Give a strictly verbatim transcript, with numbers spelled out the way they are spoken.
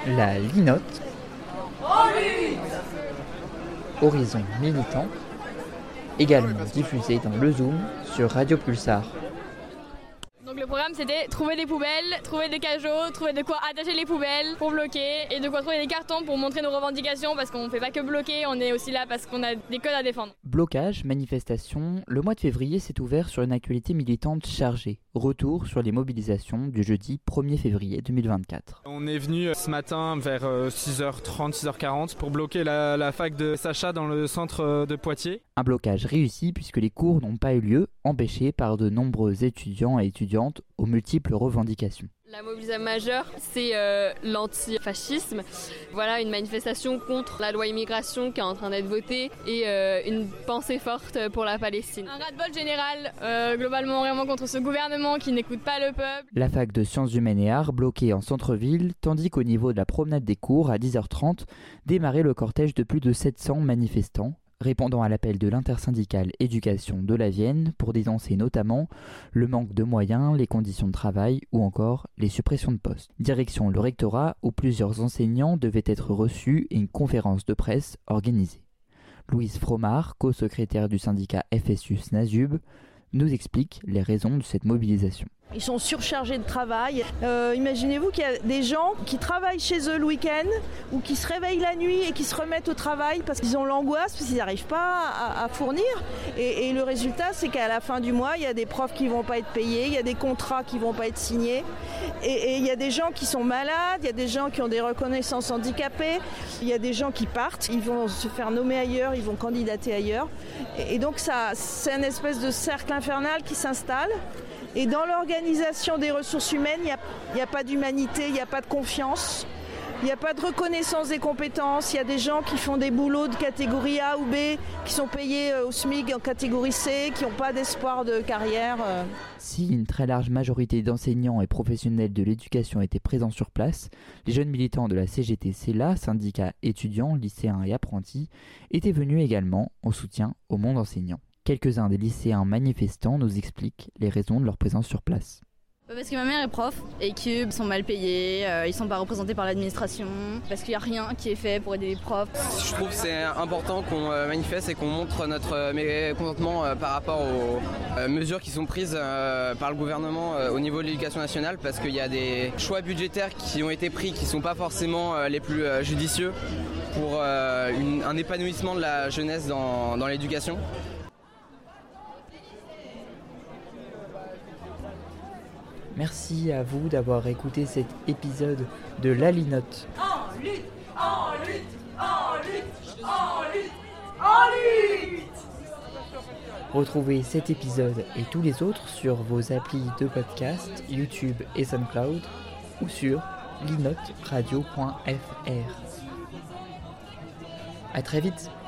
La Linotte, Horizon Militant, également diffusé dans le Zoom sur Radio Pulsar. Donc le programme c'était trouver des poubelles, trouver des cajots, trouver de quoi attacher les poubelles pour bloquer et de quoi trouver des cartons pour montrer nos revendications parce qu'on ne fait pas que bloquer, on est aussi là parce qu'on a des codes à défendre. Blocage, manifestation, le mois de février s'est ouvert sur une actualité militante chargée. Retour sur les mobilisations du jeudi premier février deux mille vingt-quatre. On est venu ce matin vers six heures trente, six heures quarante pour bloquer la, la fac de Sacha dans le centre de Poitiers. Un blocage réussi puisque les cours n'ont pas eu lieu, empêchés par de nombreux étudiants et étudiantes aux multiples revendications. La mobilisation majeure, c'est euh, l'antifascisme. Voilà, une manifestation contre la loi immigration qui est en train d'être votée et euh, une pensée forte pour la Palestine. Un ras-le-bol général, euh, globalement vraiment contre ce gouvernement qui n'écoute pas le peuple. La fac de sciences humaines et arts bloquée en centre-ville, tandis qu'au niveau de la promenade des cours, à dix heures trente, démarrait le cortège de plus de sept cents manifestants, répondant à l'appel de l'intersyndicale éducation de la Vienne pour dénoncer notamment le manque de moyens, les conditions de travail ou encore les suppressions de postes. Direction le rectorat où plusieurs enseignants devaient être reçus et une conférence de presse organisée. Louise Fromard, co-secrétaire du syndicat F S U S NASUB, nous explique les raisons de cette mobilisation. Ils sont surchargés de travail. Euh, imaginez-vous qu'il y a des gens qui travaillent chez eux le week-end ou qui se réveillent la nuit et qui se remettent au travail parce qu'ils ont l'angoisse, parce qu'ils n'arrivent pas à, à fournir. Et, et le résultat, c'est qu'à la fin du mois, il y a des profs qui ne vont pas être payés, il y a des contrats qui ne vont pas être signés. Et, et il y a des gens qui sont malades, il y a des gens qui ont des reconnaissances handicapées, il y a des gens qui partent, ils vont se faire nommer ailleurs, ils vont candidater ailleurs. Et, et donc ça, c'est une espèce de cercle infernal qui s'installe. Et dans l'organisation des ressources humaines, il n'y a, a pas d'humanité, il n'y a pas de confiance, il n'y a pas de reconnaissance des compétences. Il y a des gens qui font des boulots de catégorie A ou B, qui sont payés au SMIC en catégorie C, qui n'ont pas d'espoir de carrière. Si une très large majorité d'enseignants et professionnels de l'éducation étaient présents sur place, les jeunes militants de la C G T C E L A, syndicats étudiants, lycéens et apprentis, étaient venus également en soutien au monde enseignant. Quelques-uns des lycéens manifestants nous expliquent les raisons de leur présence sur place. Parce que ma mère est prof et qu'ils sont mal payés, euh, ils ne sont pas représentés par l'administration, parce qu'il n'y a rien qui est fait pour aider les profs. Je trouve que c'est important qu'on euh, manifeste et qu'on montre notre euh, mécontentement euh, par rapport aux euh, mesures qui sont prises euh, par le gouvernement euh, au niveau de l'éducation nationale, parce qu'il y a des choix budgétaires qui ont été pris qui ne sont pas forcément euh, les plus euh, judicieux pour euh, une, un épanouissement de la jeunesse dans, dans l'éducation. Merci à vous d'avoir écouté cet épisode de La Linotte. En lutte, en lutte, en lutte, en lutte, en lutte. Retrouvez cet épisode et tous les autres sur vos applis de podcast, YouTube et SoundCloud ou sur linotte radio point f r. À très vite.